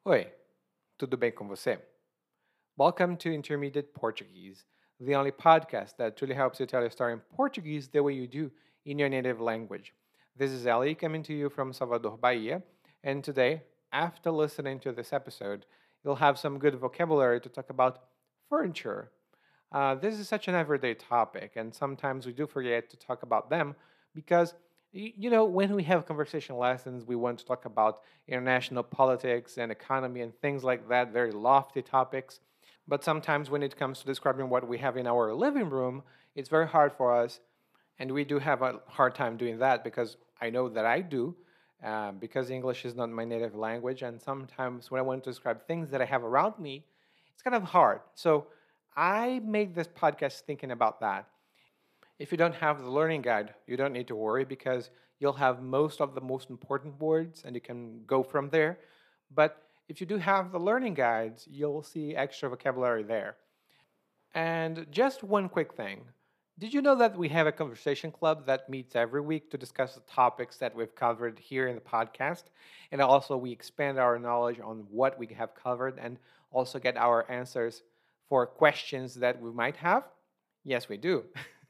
Oi, tudo bem com você? Welcome to Intermediate Portuguese, the only podcast that truly helps you tell a story in Portuguese the way you do in your native language. This is Ali coming to you from Salvador, Bahia, and today, after listening to this episode, you'll have some good vocabulary to talk about furniture. This is such an everyday topic, and sometimes we do forget to talk about them because, when we have conversation lessons, we want to talk about international politics and economy and things like that, very lofty topics. But sometimes when it comes to describing what we have in our living room, it's very hard for us. And we do have a hard time doing that because I know that I do, because English is not my native language. And sometimes when I want to describe things that I have around me, it's kind of hard. So I made this podcast thinking about that. If you don't have the learning guide, you don't need to worry because you'll have most of the most important words and you can go from there. But if you do have the learning guides, you'll see extra vocabulary there. And just one quick thing. Did you know that we have a conversation club that meets every week to discuss the topics that we've covered here in the podcast? And also, we expand our knowledge on what we have covered and also get our answers for questions that we might have? Yes, we do.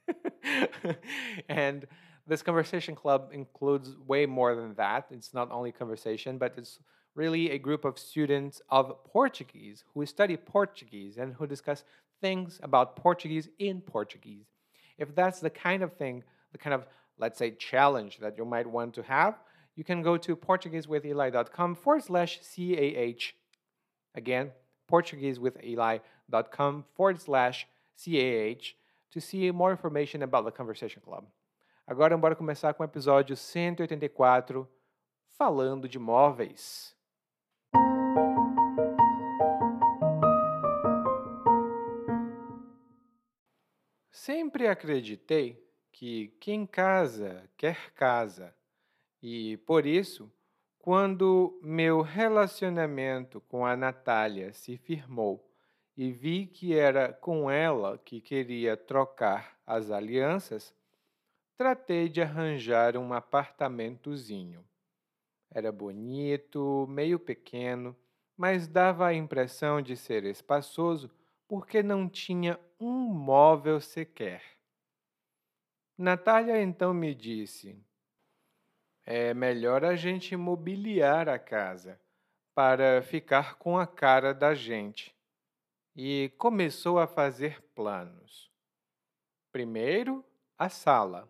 And this conversation club includes way more than that. It's not only conversation, but it's really a group of students of Portuguese who study Portuguese and who discuss things about Portuguese in Portuguese. If that's the kind of thing, the kind of, let's say, challenge that you might want to have, you can go to portuguesewitheli.com/CAH. Again, portuguesewitheli.com/CAH to see more information about the Conversation Club. Agora, bora começar com o episódio 184, falando de móveis. Sempre acreditei que quem casa quer casa, e por isso, quando meu relacionamento com a Natália se firmou e vi que era com ela que queria trocar as alianças, tratei de arranjar um apartamentozinho. Era bonito, meio pequeno, mas dava a impressão de ser espaçoso porque não tinha um móvel sequer. Natália então me disse: é melhor a gente mobiliar a casa para ficar com a cara da gente. E começou a fazer planos. Primeiro, a sala.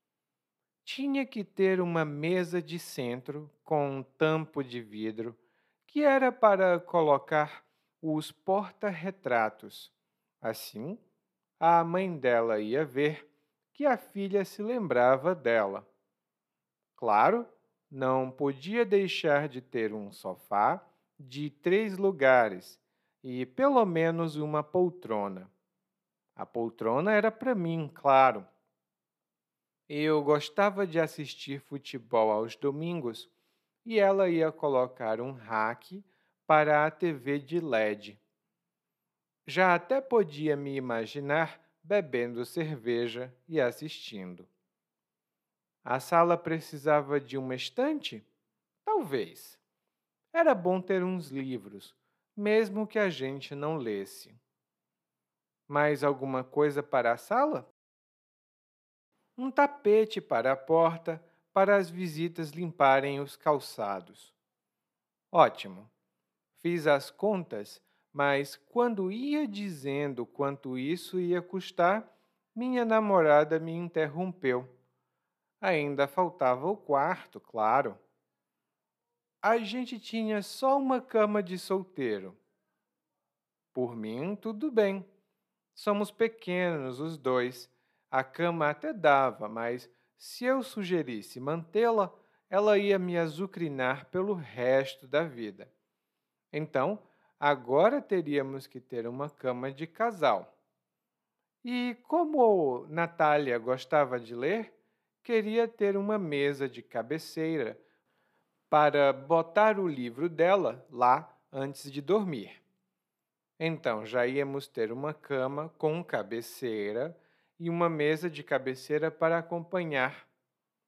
Tinha que ter uma mesa de centro com um tampo de vidro que era para colocar os porta-retratos. Assim, a mãe dela ia ver que a filha se lembrava dela. Claro, não podia deixar de ter um sofá de 3 lugares e pelo menos uma poltrona. A poltrona era para mim, claro. Eu gostava de assistir futebol aos domingos e ela ia colocar um rack para a TV de LED. Já até podia me imaginar bebendo cerveja e assistindo. A sala precisava de uma estante? Talvez. Era bom ter uns livros, mesmo que a gente não lesse. Mais alguma coisa para a sala? Um tapete para a porta para as visitas limparem os calçados. Ótimo. Fiz as contas, mas quando ia dizendo quanto isso ia custar, minha namorada me interrompeu. Ainda faltava o quarto, claro. A gente tinha só uma cama de solteiro. Por mim, tudo bem. Somos pequenos os dois. A cama até dava, mas se eu sugerisse mantê-la, ela ia me azucrinar pelo resto da vida. Então, agora teríamos que ter uma cama de casal. E como Natália gostava de ler, queria ter uma mesa de cabeceira para botar o livro dela lá antes de dormir. Então, já íamos ter uma cama com cabeceira e uma mesa de cabeceira para acompanhar.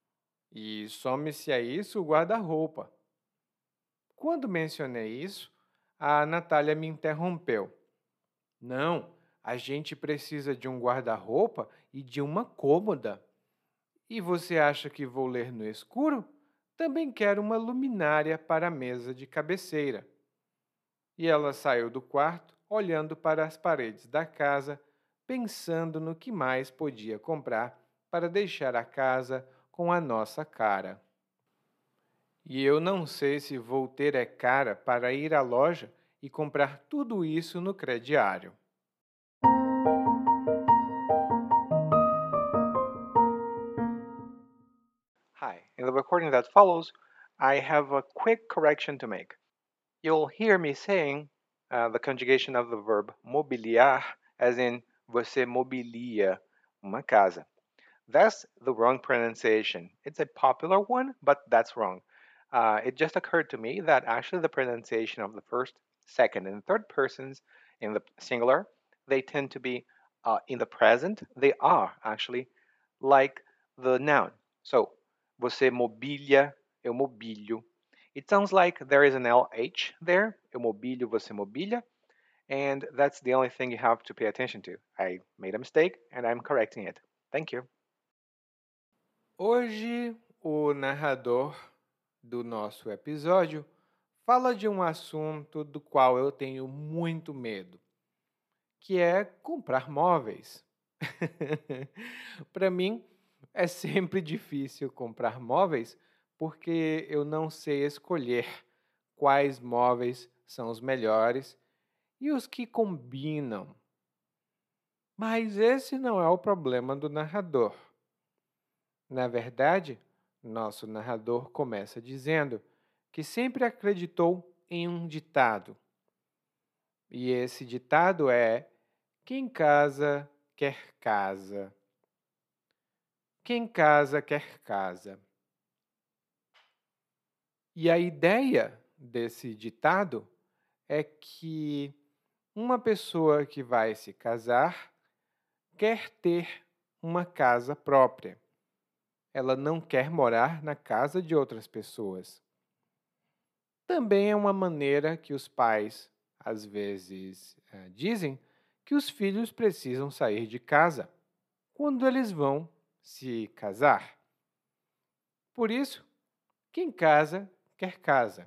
E some-se a isso o guarda-roupa. Quando mencionei isso, a Natália me interrompeu. Não, a gente precisa de um guarda-roupa e de uma cômoda. E você acha que vou ler no escuro? Também quero uma luminária para a mesa de cabeceira. E ela saiu do quarto, olhando para as paredes da casa, pensando no que mais podia comprar para deixar a casa com a nossa cara. E eu não sei se vou ter cara para ir à loja e comprar tudo isso no crediário. Hi, in the recording that follows, I have a quick correction to make. You'll hear me saying the conjugation of the verb mobiliar, as in você mobilia uma casa. That's the wrong pronunciation. It's a popular one, but that's wrong. It just occurred to me that actually the pronunciation of the first, second, and third persons in the singular, they tend to be in the present. They are actually like the noun. So, você mobilia, eu mobilio. It sounds like there is an LH there. Eu mobilio, você mobilia. And that's the only thing you have to pay attention to. I made a mistake and I'm correcting it. Thank you. Hoje, o narrador do nosso episódio fala de um assunto do qual eu tenho muito medo, que é comprar móveis. Para mim, é sempre difícil comprar móveis porque eu não sei escolher quais móveis são os melhores e os que combinam. Mas esse não é o problema do narrador. Na verdade, nosso narrador começa dizendo que sempre acreditou em um ditado. E esse ditado é: quem casa, quer casa. Quem casa, quer casa. E a ideia desse ditado é que uma pessoa que vai se casar quer ter uma casa própria. Ela não quer morar na casa de outras pessoas. Também é uma maneira que os pais, às vezes, dizem que os filhos precisam sair de casa quando eles vão se casar. Por isso, quem casa, quer casa.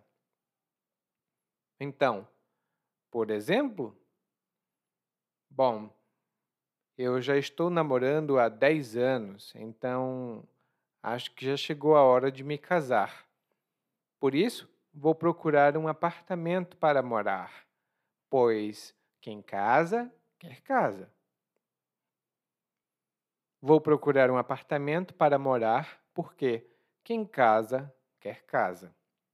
Então, por exemplo, bom, eu já estou namorando há 10 anos, então acho que já chegou a hora de me casar. Por isso, vou procurar um apartamento para morar, pois quem casa, quer casa. Vou procurar um apartamento para morar, porque quem casa, quer casa.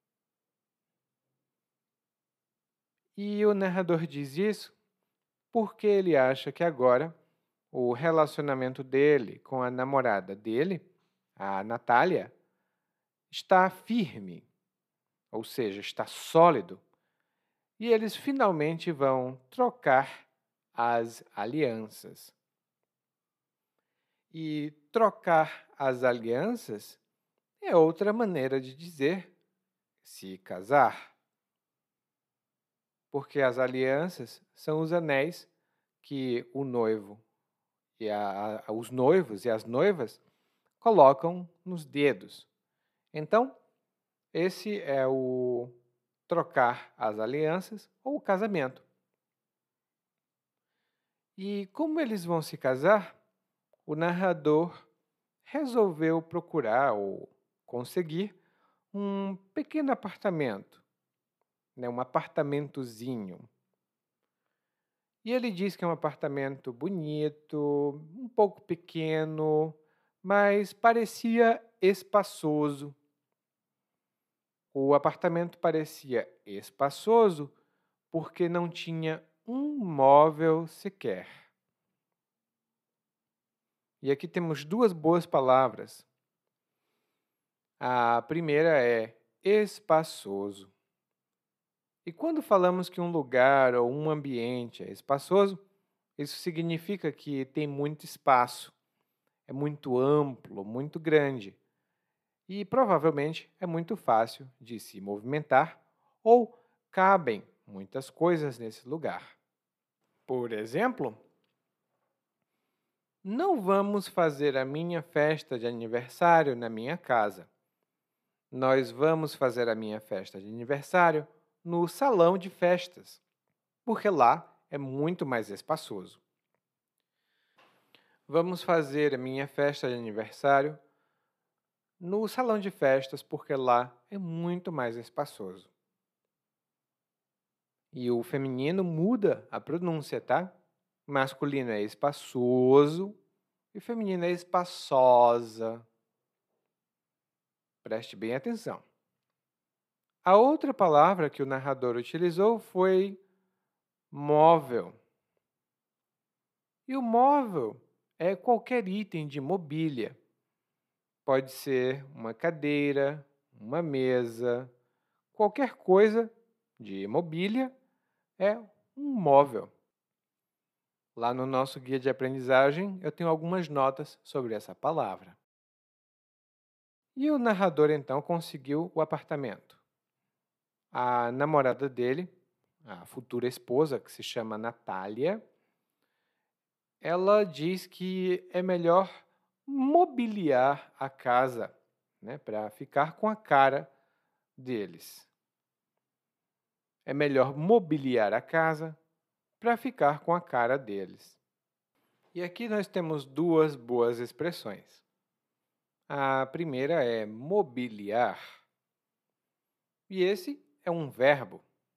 E o narrador diz isso porque ele acha que agora o relacionamento dele com a namorada dele, a Natália, está firme, ou seja, está sólido, e eles finalmente vão trocar as alianças. E trocar as alianças é outra maneira de dizer se casar, porque as alianças são os anéis que o noivo e os noivos e as noivas colocam nos dedos. Então, esse é o trocar as alianças ou o casamento. E como eles vão se casar, o narrador resolveu procurar ou conseguir um pequeno apartamento, né, um apartamentozinho. E ele diz que é um apartamento bonito, um pouco pequeno, mas parecia espaçoso. O apartamento parecia espaçoso porque não tinha um móvel sequer. E aqui temos duas boas palavras. A primeira é espaçoso. E quando falamos que um lugar ou um ambiente é espaçoso, isso significa que tem muito espaço, é muito amplo, muito grande. E provavelmente é muito fácil de se movimentar ou cabem muitas coisas nesse lugar. Por exemplo, não vamos fazer a minha festa de aniversário na minha casa. Nós vamos fazer a minha festa de aniversário no salão de festas, porque lá é muito mais espaçoso. Vamos fazer a minha festa de aniversário no salão de festas, porque lá é muito mais espaçoso. E o feminino muda a pronúncia, tá? Masculino é espaçoso e feminino é espaçosa. Preste bem atenção. A outra palavra que o narrador utilizou foi móvel. E o móvel é qualquer item de mobília. Pode ser uma cadeira, uma mesa, qualquer coisa de mobília é um móvel. Lá no nosso guia de aprendizagem, eu tenho algumas notas sobre essa palavra. E o narrador, então, conseguiu o apartamento. A namorada dele, a futura esposa, que se chama Natália, ela diz que é melhor mobiliar a casa, né, para ficar com a cara deles. É melhor mobiliar a casa para ficar com a cara deles. E aqui nós temos duas boas expressões. A primeira é mobiliar, e esse é um verbo.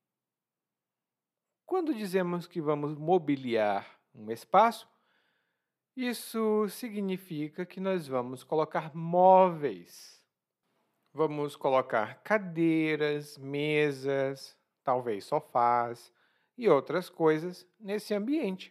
Quando dizemos que vamos mobiliar um espaço, isso significa que nós vamos colocar móveis. Vamos colocar cadeiras, mesas, talvez sofás e outras coisas nesse ambiente.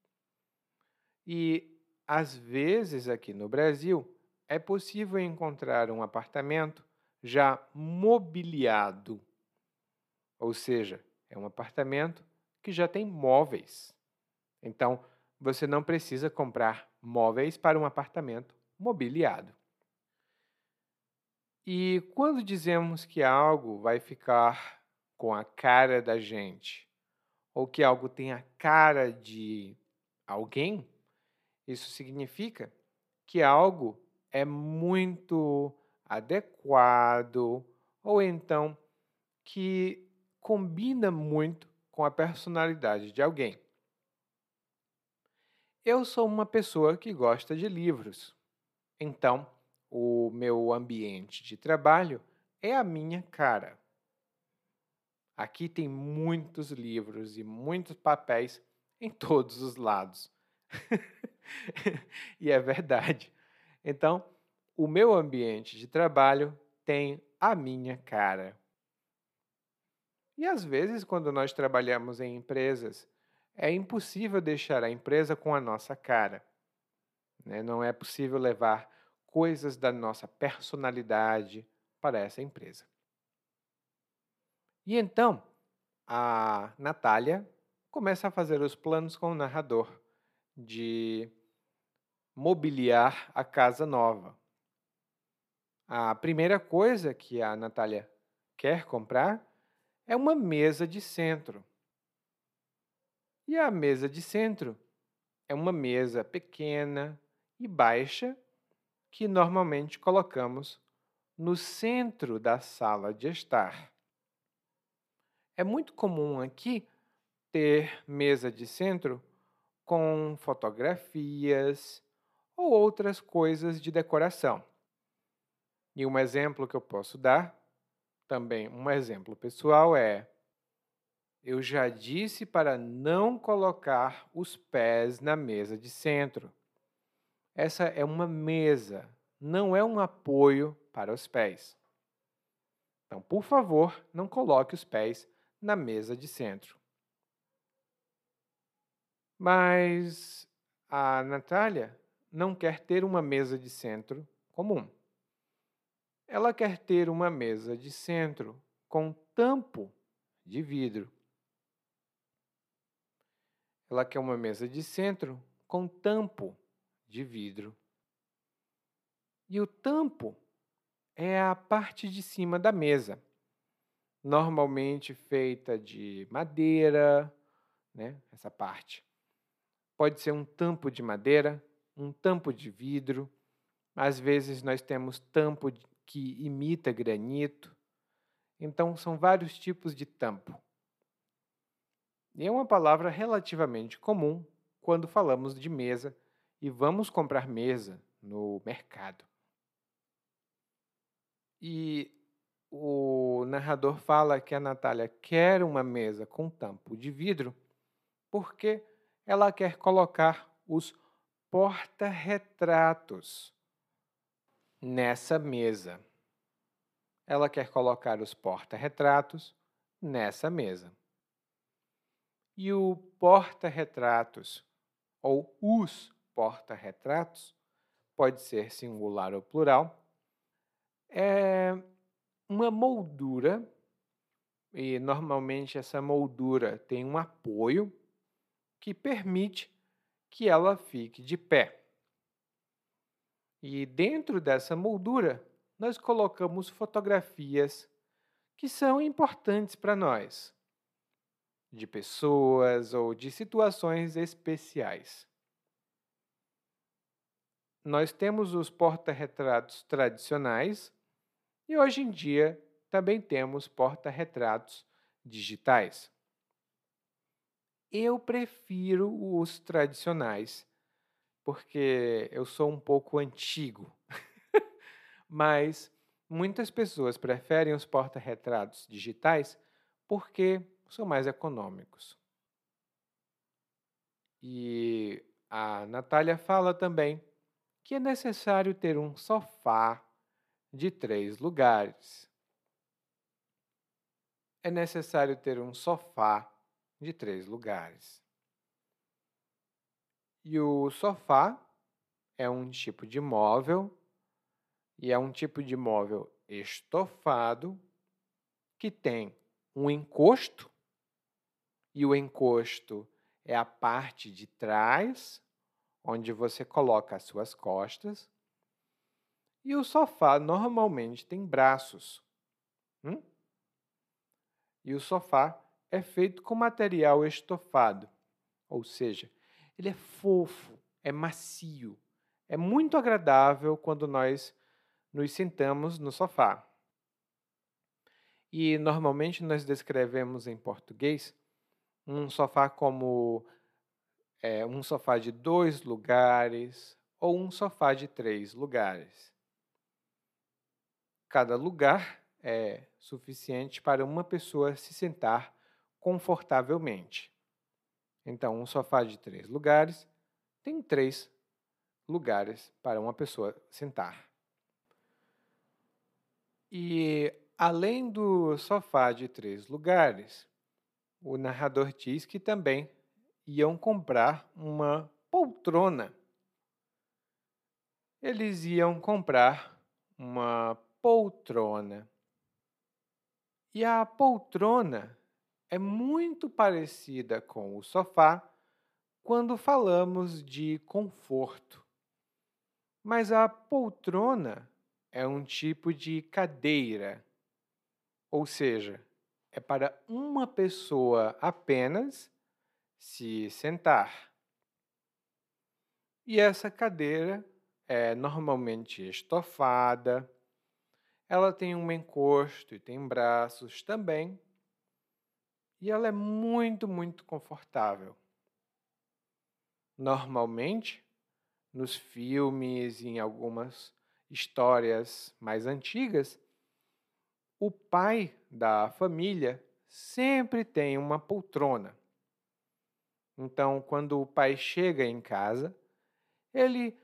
E, às vezes, aqui no Brasil, é possível encontrar um apartamento já mobiliado, ou seja, é um apartamento que já tem móveis. Então, você não precisa comprar móveis para um apartamento mobiliado. E quando dizemos que algo vai ficar com a cara da gente, ou que algo tem a cara de alguém, isso significa que algo é muito adequado, ou então que combina muito com a personalidade de alguém. Eu sou uma pessoa que gosta de livros, então o meu ambiente de trabalho é a minha cara. Aqui tem muitos livros e muitos papéis em todos os lados. E é verdade. Então, o meu ambiente de trabalho tem a minha cara. E às vezes, quando nós trabalhamos em empresas, é impossível deixar a empresa com a nossa cara, né? Não é possível levar coisas da nossa personalidade para essa empresa. E então, a Natália começa a fazer os planos com o narrador de mobiliar a casa nova. A primeira coisa que a Natália quer comprar é uma mesa de centro. E a mesa de centro é uma mesa pequena e baixa que normalmente colocamos no centro da sala de estar. É muito comum aqui ter mesa de centro com fotografias ou outras coisas de decoração. E um exemplo que eu posso dar, também um exemplo pessoal, é: eu já disse para não colocar os pés na mesa de centro. Essa é uma mesa, não é um apoio para os pés. Então, por favor, não coloque os pés na mesa de centro. Mas a Natália não quer ter uma mesa de centro comum. Ela quer ter uma mesa de centro com tampo de vidro. Ela quer uma mesa de centro com tampo de vidro. E o tampo é a parte de cima da mesa. normalmente feita de madeira, né? Essa parte. Pode ser um tampo de madeira, um tampo de vidro. Às vezes nós temos tampo que imita granito. Então, são vários tipos de tampo. E é uma palavra relativamente comum quando falamos de mesa e vamos comprar mesa no mercado. E o narrador fala que a Natália quer uma mesa com tampo de vidro porque ela quer colocar os porta-retratos nessa mesa. Ela quer colocar os porta-retratos nessa mesa. E o porta-retratos, ou os porta-retratos, pode ser singular ou plural, é uma moldura, e normalmente essa moldura tem um apoio que permite que ela fique de pé. E dentro dessa moldura, nós colocamos fotografias que são importantes para nós, de pessoas ou de situações especiais. Nós temos os porta-retratos tradicionais e hoje em dia também temos porta-retratos digitais. Eu prefiro os tradicionais, porque eu sou um pouco antigo, mas muitas pessoas preferem os porta-retratos digitais porque são mais econômicos. E a Natália fala também que é necessário ter um sofá de 3 lugares. É necessário ter um sofá de 3 lugares. E o sofá é um tipo de móvel, e é um tipo de móvel estofado que tem um encosto, e o encosto é a parte de trás, onde você coloca as suas costas. E o sofá normalmente tem braços. E o sofá é feito com material estofado, ou seja, ele é fofo, é macio, é muito agradável quando nós nos sentamos no sofá. E normalmente nós descrevemos em português um sofá como um sofá de 2 lugares ou um sofá de 3 lugares. Cada lugar é suficiente para uma pessoa se sentar confortavelmente. Então, um sofá de 3 lugares tem 3 lugares para uma pessoa sentar. E, além do sofá de 3 lugares, o narrador diz que também iam comprar uma poltrona. Eles iam comprar uma poltrona. E a poltrona é muito parecida com o sofá quando falamos de conforto. Mas a poltrona é um tipo de cadeira, ou seja, é para uma pessoa apenas se sentar. E essa cadeira é normalmente estofada, ela tem um encosto e tem braços também, e ela é muito, muito confortável. Normalmente, nos filmes e em algumas histórias mais antigas, o pai da família sempre tem uma poltrona. Então, quando o pai chega em casa, ele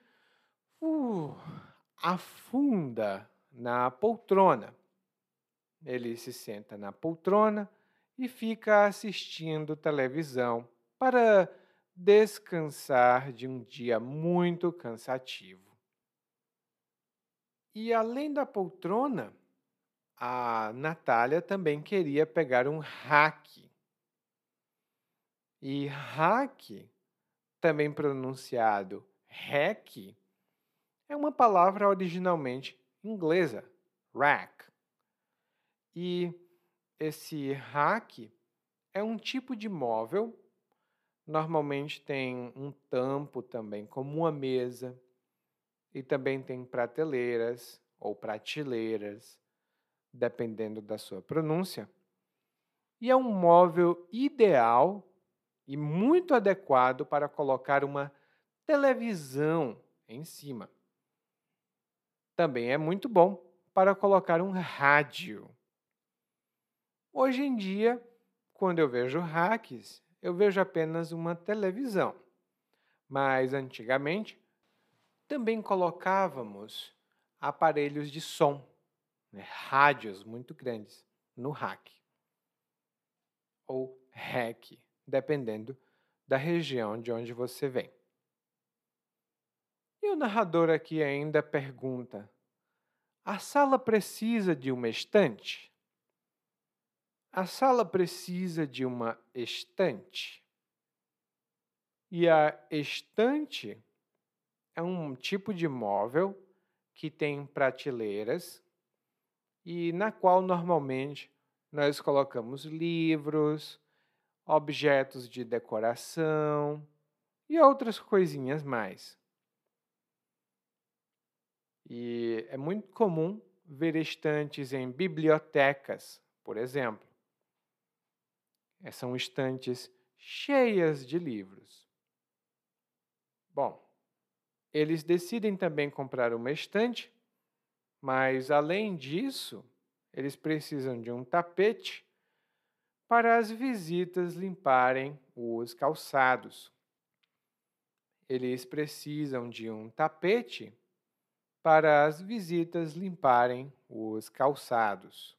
afunda na poltrona. Ele se senta na poltrona e fica assistindo televisão para descansar de um dia muito cansativo. E além da poltrona, a Natália também queria pegar um rack. E rack, também pronunciado rack, é uma palavra originalmente inglesa, rack. E esse rack é um tipo de móvel. Normalmente tem um tampo também, como uma mesa, e também tem prateleiras ou prateleiras, dependendo da sua pronúncia. E é um móvel ideal e muito adequado para colocar uma televisão em cima. Também é muito bom para colocar um rádio. Hoje em dia, quando eu vejo racks, eu vejo apenas uma televisão. Mas antigamente, também colocávamos aparelhos de som, né, rádios muito grandes, no rack ou rack, dependendo da região de onde você vem. E o narrador aqui ainda pergunta: a sala precisa de uma estante? A sala precisa de uma estante? E a estante é um tipo de móvel que tem prateleiras e na qual normalmente nós colocamos livros, objetos de decoração e outras coisinhas mais. E é muito comum ver estantes em bibliotecas, por exemplo. São estantes cheias de livros. Bom, eles decidem também comprar uma estante, mas além disso, eles precisam de um tapete para as visitas limparem os calçados. Eles precisam de um tapete para as visitas limparem os calçados.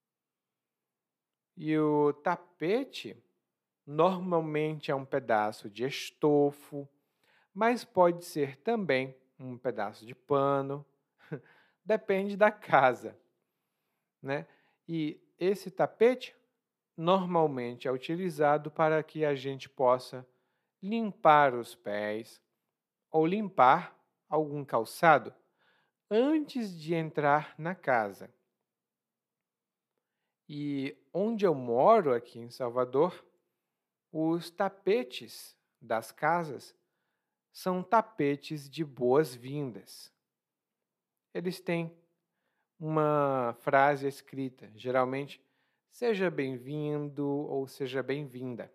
E o tapete normalmente é um pedaço de estofo, mas pode ser também um pedaço de pano, depende da casa, né? E esse tapete normalmente é utilizado para que a gente possa limpar os pés ou limpar algum calçado antes de entrar na casa. E onde eu moro, aqui em Salvador, os tapetes das casas são tapetes de boas-vindas. Eles têm uma frase escrita, geralmente, seja bem-vindo ou seja bem-vinda.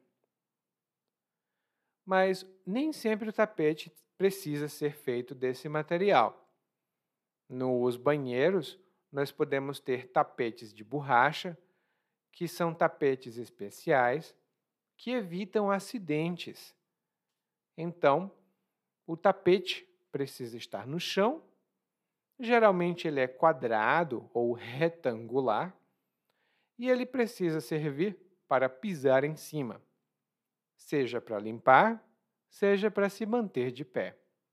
Mas nem sempre o tapete precisa ser feito desse material. Nos banheiros, nós podemos ter tapetes de borracha, que são tapetes especiais que evitam acidentes. Então, o tapete precisa estar no chão. Geralmente ele é quadrado ou retangular e ele precisa servir para pisar em cima, seja para limpar, seja para se manter de pé.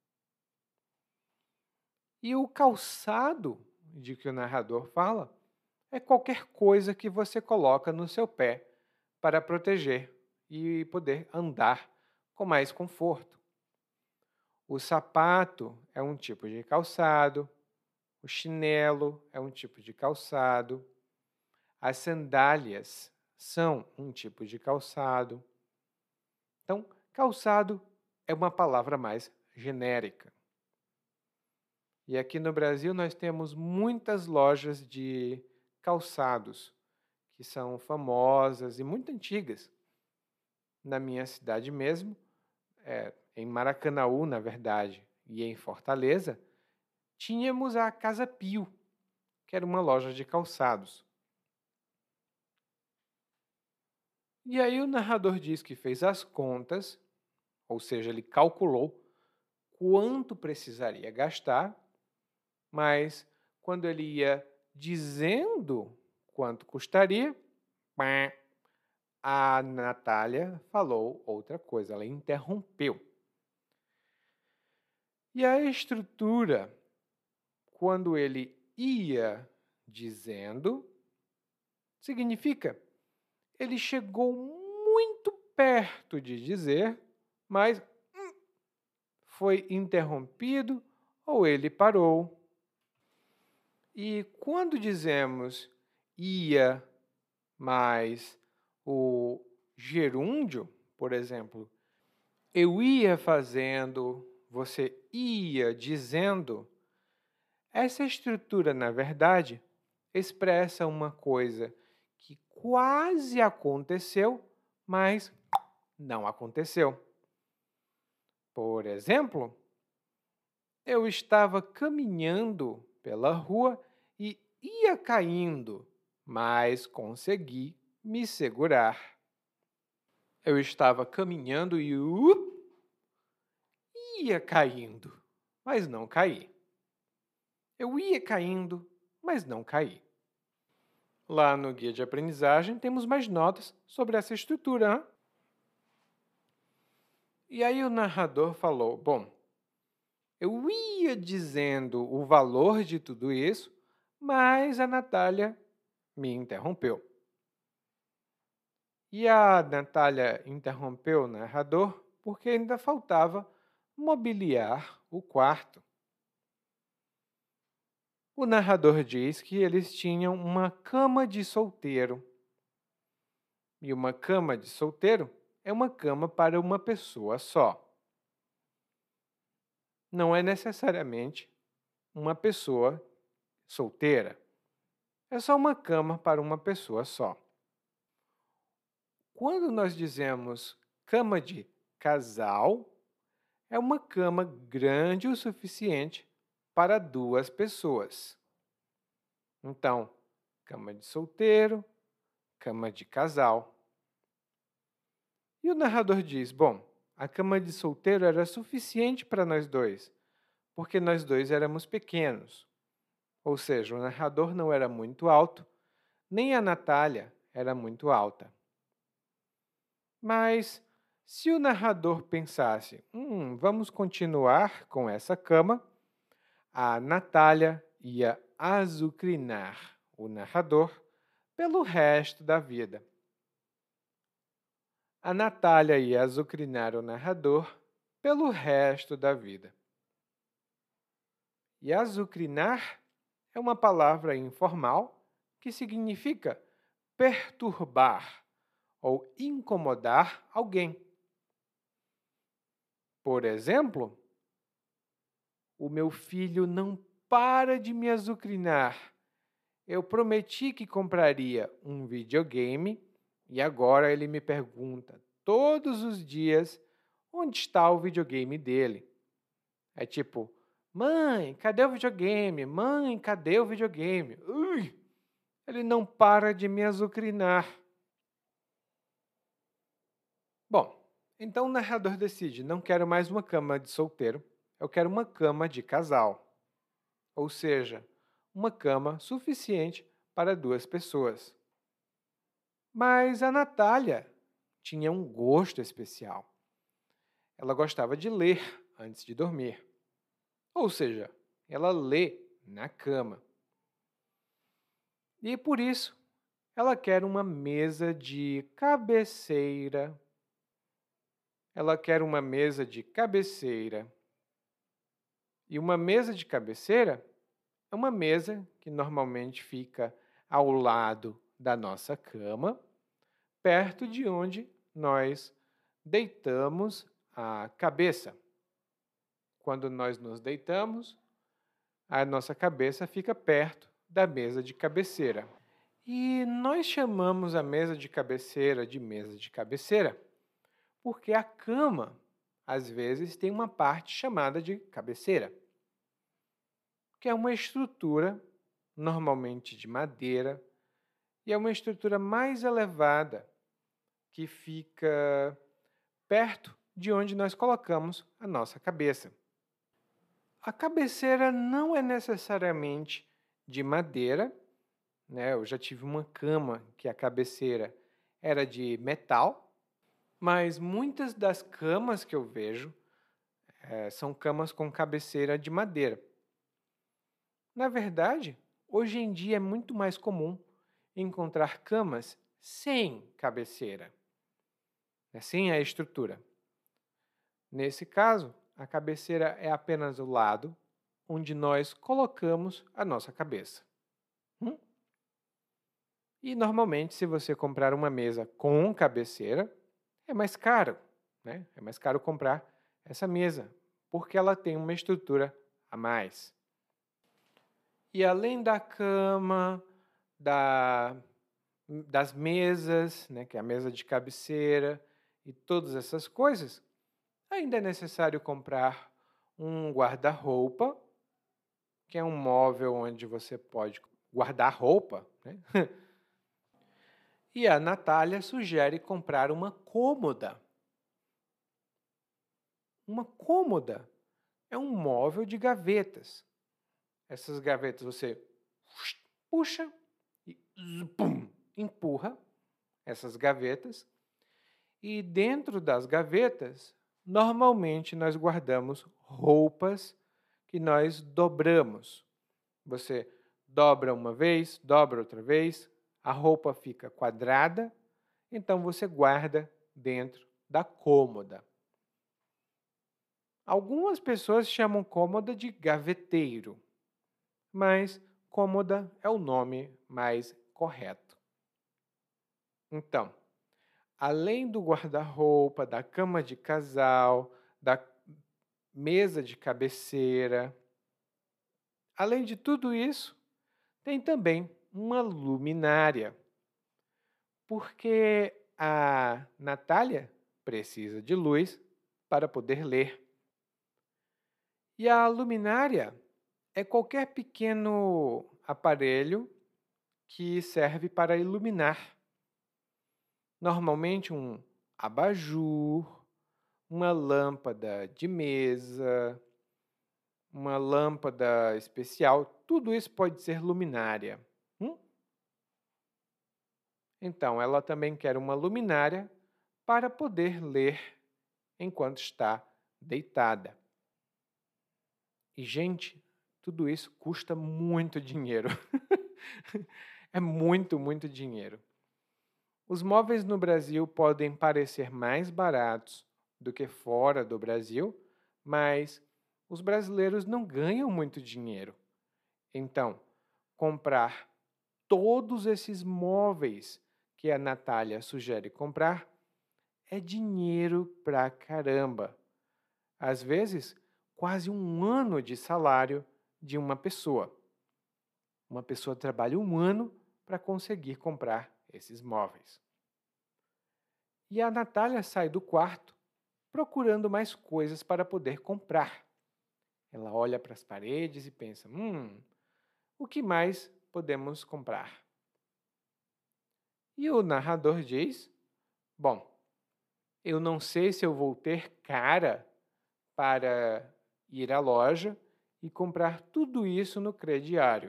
E o calçado de que o narrador fala é qualquer coisa que você coloca no seu pé para proteger e poder andar com mais conforto. O sapato é um tipo de calçado, o chinelo é um tipo de calçado, as sandálias são um tipo de calçado. Então, calçado é uma palavra mais genérica. E aqui no Brasil nós temos muitas lojas de calçados que são famosas e muito antigas. Na minha cidade mesmo, em Maracanaú, na verdade, e em Fortaleza, tínhamos a Casa Pio, que era uma loja de calçados. E aí o narrador diz que fez as contas, ou seja, ele calculou quanto precisaria gastar, mas quando ele ia dizendo quanto custaria, a Natália falou outra coisa, ela interrompeu. E a estrutura, quando ele ia dizendo, significa ele chegou muito perto de dizer, mas foi interrompido ou ele parou. E quando dizemos ia Mas o gerúndio, por exemplo, eu ia fazendo, você ia dizendo, essa estrutura, na verdade, expressa uma coisa que quase aconteceu, mas não aconteceu. Por exemplo, eu estava caminhando pela rua e ia caindo, mas consegui me segurar. Eu estava caminhando e ia caindo, mas não caí. Eu ia caindo, mas não caí. Lá no guia de aprendizagem temos mais notas sobre essa estrutura. Hein? E aí o narrador falou, bom, eu ia dizendo o valor de tudo isso, mas a Natália me interrompeu. E a Natália interrompeu o narrador porque ainda faltava mobiliar o quarto. O narrador diz que eles tinham uma cama de solteiro. E uma cama de solteiro é uma cama para uma pessoa só. Não é necessariamente uma pessoa solteira. É só uma cama para uma pessoa só. Quando nós dizemos cama de casal, é uma cama grande o suficiente para 2 pessoas. Então, cama de solteiro, cama de casal. E o narrador diz, bom, a cama de solteiro era suficiente para nós dois, porque nós dois éramos pequenos. Ou seja, o narrador não era muito alto, nem a Natália era muito alta. Mas se o narrador pensasse, vamos continuar com essa cama, a Natália ia azucrinar o narrador pelo resto da vida. A Natália ia azucrinar o narrador pelo resto da vida. E azucrinar é uma palavra informal que significa perturbar ou incomodar alguém. Por exemplo, o meu filho não para de me azucrinar. Eu prometi que compraria um videogame e agora ele me pergunta todos os dias onde está o videogame dele. É tipo, mãe, cadê o videogame? Mãe, cadê o videogame? Ui, ele não para de me azucrinar. Bom, então o narrador decide, não quero mais uma cama de solteiro, eu quero uma cama de casal. Ou seja, uma cama suficiente para 2 pessoas. Mas a Natália tinha um gosto especial. Ela gostava de ler antes de dormir. Ou seja, ela lê na cama. E por isso, ela quer uma mesa de cabeceira. Ela quer uma mesa de cabeceira. E uma mesa de cabeceira é uma mesa que normalmente fica ao lado da nossa cama, perto de onde nós deitamos a cabeça. Quando nós nos deitamos, a nossa cabeça fica perto da mesa de cabeceira. E nós chamamos a mesa de cabeceira porque a cama, às vezes, tem uma parte chamada de cabeceira, que é uma estrutura, normalmente de madeira, e é uma estrutura mais elevada, que fica perto de onde nós colocamos a nossa cabeça. A cabeceira não é necessariamente de madeira, né? Eu já tive uma cama que a cabeceira era de metal, mas muitas das camas que eu vejo são camas com cabeceira de madeira. Na verdade, hoje em dia é muito mais comum encontrar camas sem cabeceira, sem a estrutura. Nesse caso, a cabeceira é apenas o lado onde nós colocamos a nossa cabeça. E normalmente, se você comprar uma mesa com cabeceira, é mais caro, né? É mais caro comprar essa mesa, porque ela tem uma estrutura a mais. E além da cama, da, das mesas, né, que é a mesa de cabeceira e todas essas coisas, ainda é necessário comprar um guarda-roupa, que é um móvel onde você pode guardar roupa, né? E a Natália sugere comprar uma cômoda. Uma cômoda é um móvel de gavetas. Essas gavetas você puxa e pum, empurra essas gavetas. E dentro das gavetas, normalmente nós guardamos roupas que nós dobramos. Você dobra uma vez, dobra outra vez, a roupa fica quadrada, então você guarda dentro da cômoda. Algumas pessoas chamam cômoda de gaveteiro, mas cômoda é o nome mais correto. Então, além do guarda-roupa, da cama de casal, da mesa de cabeceira, além de tudo isso, tem também uma luminária, porque a Natália precisa de luz para poder ler. E a luminária é qualquer pequeno aparelho que serve para iluminar. Normalmente um abajur, uma lâmpada de mesa, uma lâmpada especial, tudo isso pode ser luminária. Então, ela também quer uma luminária para poder ler enquanto está deitada. E, gente, tudo isso custa muito dinheiro. É muito, muito dinheiro. Os móveis no Brasil podem parecer mais baratos do que fora do Brasil, mas os brasileiros não ganham muito dinheiro. Então, comprar todos esses móveis que a Natália sugere comprar é dinheiro pra caramba. Às vezes, quase um ano de salário de uma pessoa. Uma pessoa trabalha um ano para conseguir comprar esses móveis. E a Natália sai do quarto procurando mais coisas para poder comprar. Ela olha para as paredes e pensa: o que mais podemos comprar? E o narrador diz: bom, eu não sei se eu vou ter cara para ir à loja e comprar tudo isso no crediário.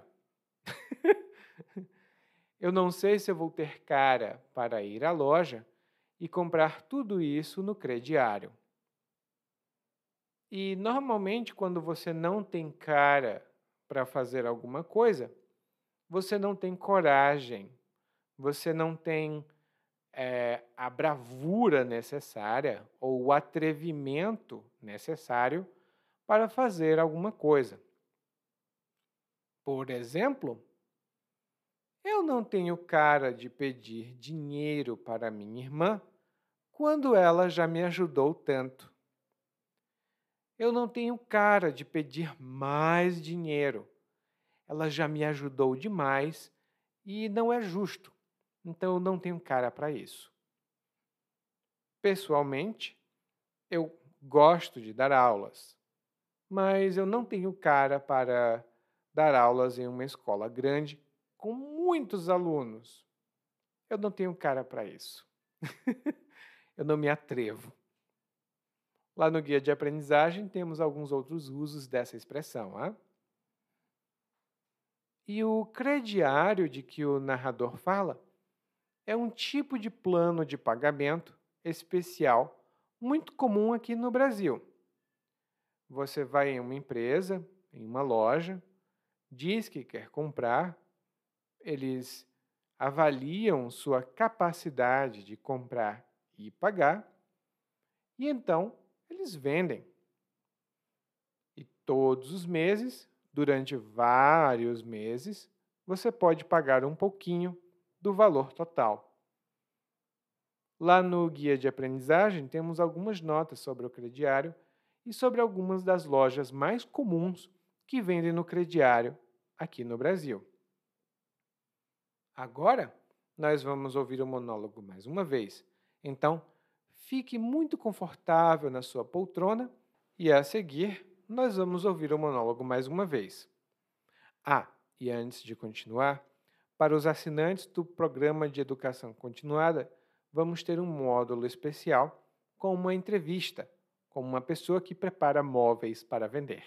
Eu não sei se eu vou ter cara para ir à loja e comprar tudo isso no crediário. E normalmente, quando você não tem cara para fazer alguma coisa, você não tem coragem, você não tem a bravura necessária ou o atrevimento necessário para fazer alguma coisa. Por exemplo, eu não tenho cara de pedir dinheiro para minha irmã quando ela já me ajudou tanto. Eu não tenho cara de pedir mais dinheiro. Ela já me ajudou demais e não é justo. Então eu não tenho cara para isso. Pessoalmente, eu gosto de dar aulas, mas eu não tenho cara para dar aulas em uma escola grande com muitos alunos. Eu não tenho cara para isso. Eu não me atrevo. Lá no guia de aprendizagem temos alguns outros usos dessa expressão. E o crediário de que o narrador fala é um tipo de plano de pagamento especial muito comum aqui no Brasil. Você vai em uma empresa, em uma loja, diz que quer comprar, eles avaliam sua capacidade de comprar e pagar, e então eles vendem. E todos os meses, durante vários meses, você pode pagar um pouquinho do valor total. Lá no guia de aprendizagem temos algumas notas sobre o crediário e sobre algumas das lojas mais comuns que vendem no crediário aqui no Brasil. Agora, nós vamos ouvir o monólogo mais uma vez. Então, fique muito confortável na sua poltrona e, a seguir, nós vamos ouvir o monólogo mais uma vez. E antes de continuar, para os assinantes do Programa de Educação Continuada, vamos ter um módulo especial com uma entrevista com uma pessoa que prepara móveis para vender.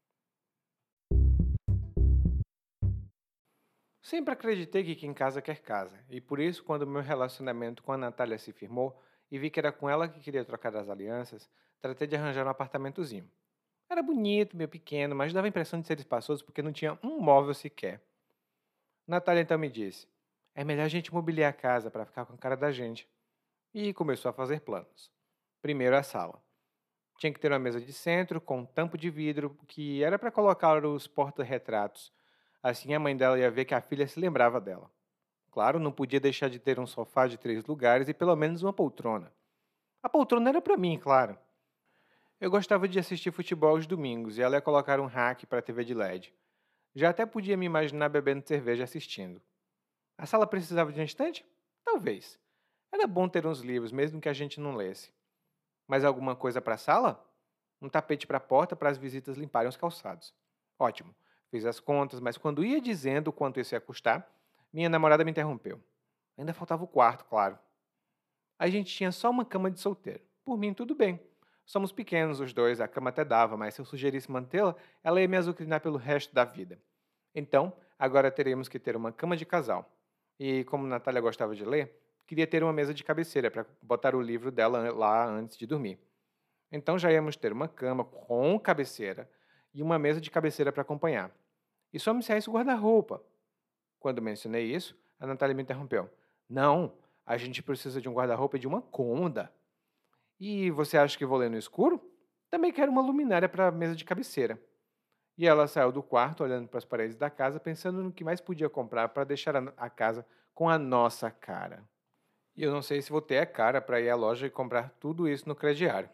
Sempre acreditei que quem casa quer casa, e por isso, quando meu relacionamento com a Natália se firmou e vi que era com ela que queria trocar as alianças, tratei de arranjar um apartamentozinho. Era bonito, meio pequeno, mas dava a impressão de ser espaçoso porque não tinha um móvel sequer. Natália então me disse: é melhor a gente mobiliar a casa para ficar com a cara da gente. E começou a fazer planos. Primeiro a sala. Tinha que ter uma mesa de centro com um tampo de vidro que era para colocar os porta-retratos. Assim a mãe dela ia ver que a filha se lembrava dela. Claro, não podia deixar de ter um sofá de 3 lugares e pelo menos uma poltrona. A poltrona era para mim, claro. Eu gostava de assistir futebol aos domingos e ela ia colocar um rack para a TV de LED. Já até podia me imaginar bebendo cerveja assistindo. A sala precisava de um estante? Talvez. Era bom ter uns livros, mesmo que a gente não lesse. Mais alguma coisa para a sala? Um tapete para a porta para as visitas limparem os calçados. Ótimo. Fiz as contas, mas quando ia dizendo quanto isso ia custar, minha namorada me interrompeu. Ainda faltava o quarto, claro. A gente tinha só uma cama de solteiro. Por mim, tudo bem. Somos pequenos os dois, a cama até dava, mas se eu sugerisse mantê-la, ela ia me azucrinar pelo resto da vida. Então, agora teremos que ter uma cama de casal. E como Natália gostava de ler, queria ter uma mesa de cabeceira para botar o livro dela lá antes de dormir. Então já íamos ter uma cama com cabeceira e uma mesa de cabeceira para acompanhar. E só me saísse o guarda-roupa. Quando mencionei isso, a Natália me interrompeu. Não, a gente precisa de um guarda-roupa e de uma cômoda. E você acha que vou ler no escuro? Também quero uma luminária para a mesa de cabeceira. E ela saiu do quarto, olhando para as paredes da casa, pensando no que mais podia comprar para deixar a casa com a nossa cara. E eu não sei se vou ter a cara para ir à loja e comprar tudo isso no crediário.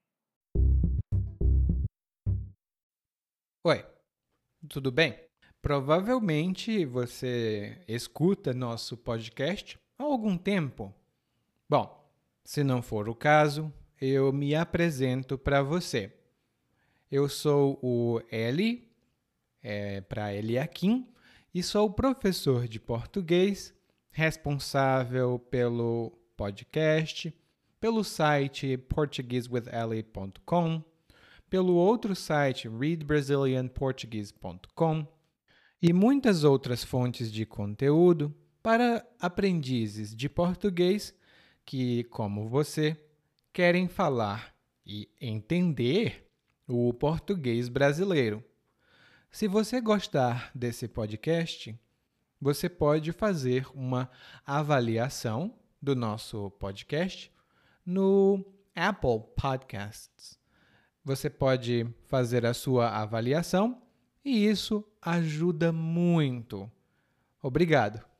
Oi, tudo bem? Provavelmente você escuta nosso podcast há algum tempo. Bom, se não for o caso, eu me apresento para você. Eu sou o Eli, para Eliakim, e sou professor de português, responsável pelo podcast, pelo site portuguesewitheli.com, pelo outro site readbrazilianportuguese.com e muitas outras fontes de conteúdo para aprendizes de português que, como você, querem falar e entender o português brasileiro. Se você gostar desse podcast, você pode fazer uma avaliação do nosso podcast no Apple Podcasts. Você pode fazer a sua avaliação e isso ajuda muito. Obrigado.